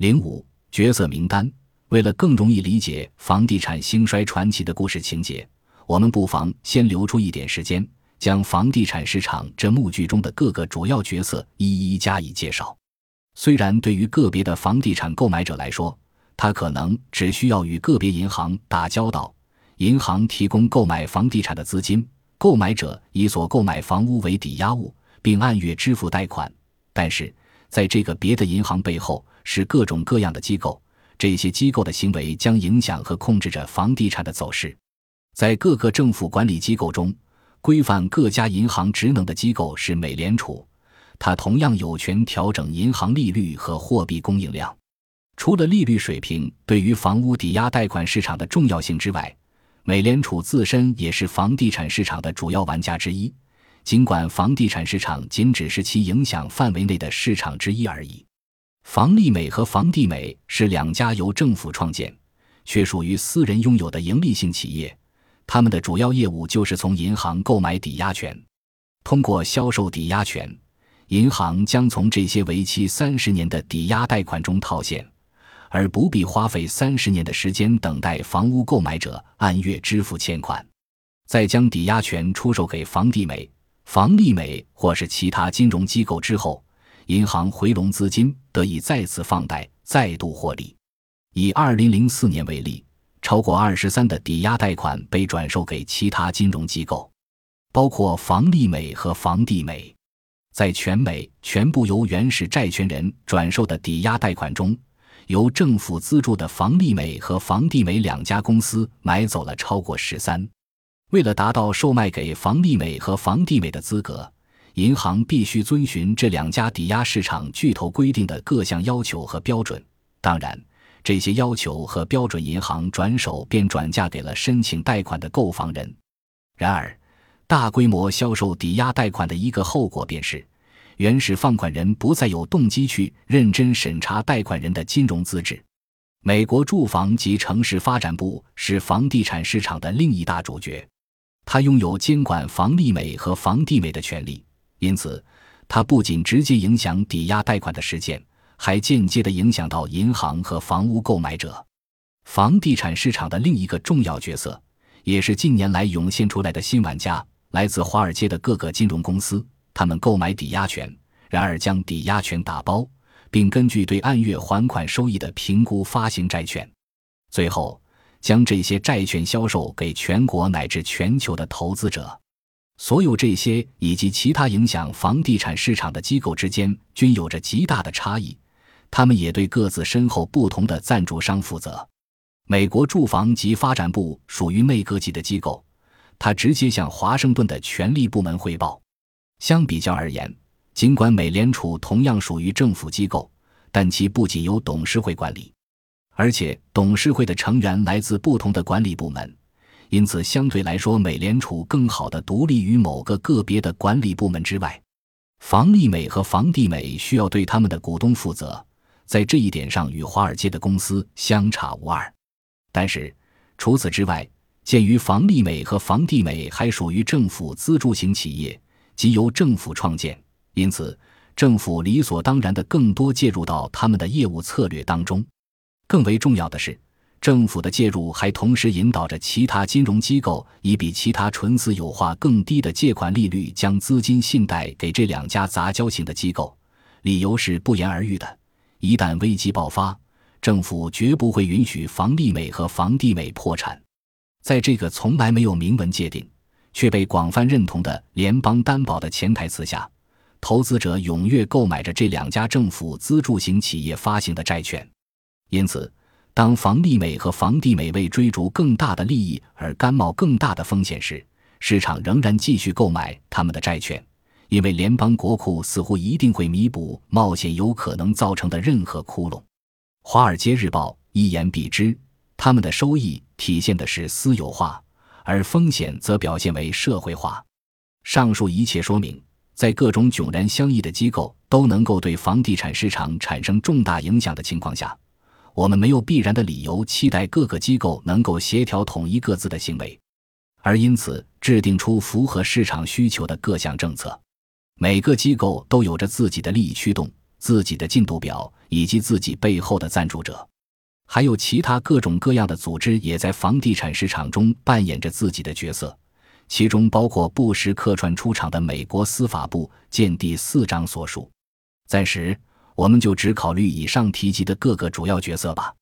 05角色名单。为了更容易理解房地产兴衰传奇的故事情节，我们不妨先留出一点时间，将房地产市场这幕剧中的各个主要角色一一加以介绍。虽然对于个别的房地产购买者来说，他可能只需要与个别银行打交道，银行提供购买房地产的资金，购买者以所购买房屋为抵押物，并按月支付贷款。但是在这个别的银行背后是各种各样的机构，这些机构的行为将影响和控制着房地产的走势。在各个政府管理机构中，规范各家银行职能的机构是美联储，它同样有权调整银行利率和货币供应量。除了利率水平对于房屋抵押贷款市场的重要性之外，美联储自身也是房地产市场的主要玩家之一，尽管房地产市场仅只是其影响范围内的市场之一而已。房利美和房地美是两家由政府创建却属于私人拥有的盈利性企业，他们的主要业务就是从银行购买抵押权。通过销售抵押权，银行将从这些为期30年的抵押贷款中套现，而不必花费30年的时间等待房屋购买者按月支付欠款。在将抵押权出售给房地美、房利美或是其他金融机构之后，银行回笼资金，得以再次放贷，再度获利。以2004年为例，超过23的抵押贷款被转售给其他金融机构，包括房利美和房地美。在全美全部由原始债权人转售的抵押贷款中，由政府资助的房利美和房地美两家公司买走了超过13%。为了达到售卖给房利美和房地美的资格，银行必须遵循这两家抵押市场巨头规定的各项要求和标准。当然，这些要求和标准银行转手便转嫁给了申请贷款的购房人。然而，大规模销售抵押贷款的一个后果便是，原始放款人不再有动机去认真审查贷款人的金融资质。美国住房及城市发展部是房地产市场的另一大主角，它拥有监管房利美和房地美的权利，因此它不仅直接影响抵押贷款的实践，还间接地影响到银行和房屋购买者。房地产市场的另一个重要角色，也是近年来涌现出来的新玩家，来自华尔街的各个金融公司，他们购买抵押权，然而将抵押权打包，并根据对按月还款收益的评估发行债券，最后将这些债券销售给全国乃至全球的投资者。所有这些以及其他影响房地产市场的机构之间均有着极大的差异，他们也对各自身后不同的赞助商负责。美国住房及发展部属于内阁级的机构，它直接向华盛顿的权力部门汇报。相比较而言，尽管美联储同样属于政府机构，但其不仅由董事会管理，而且董事会的成员来自不同的管理部门，因此相对来说美联储更好地独立于某个个别的管理部门之外。房利美和房地美需要对他们的股东负责，在这一点上与华尔街的公司相差无二。但是除此之外，鉴于房利美和房地美还属于政府资助型企业，即由政府创建，因此政府理所当然地更多介入到他们的业务策略当中。更为重要的是，政府的介入还同时引导着其他金融机构以比其他纯私有化更低的借款利率将资金信贷给这两家杂交型的机构，理由是不言而喻的，一旦危机爆发，政府绝不会允许房利美和房地美破产。在这个从来没有明文界定却被广泛认同的联邦担保的潜台词下，投资者踊跃购买着这两家政府资助型企业发行的债券。因此当房利美和房地美为追逐更大的利益而甘冒更大的风险时，市场仍然继续购买他们的债券，因为联邦国库似乎一定会弥补冒险有可能造成的任何窟窿。华尔街日报一言蔽之，他们的收益体现的是私有化，而风险则表现为社会化。上述一切说明，在各种迥然相异的机构都能够对房地产市场产生重大影响的情况下，我们没有必然的理由期待各个机构能够协调统一各自的行为，而因此制定出符合市场需求的各项政策。每个机构都有着自己的利益驱动， 自己的进度表以及自己背后的赞助者。还有其他各种各样的组织也在房地产市场中扮演着自己的角色，其中包括不时客串出场的美国司法部见第4章所述。暂时我们就只考虑以上提及的各个主要角色吧。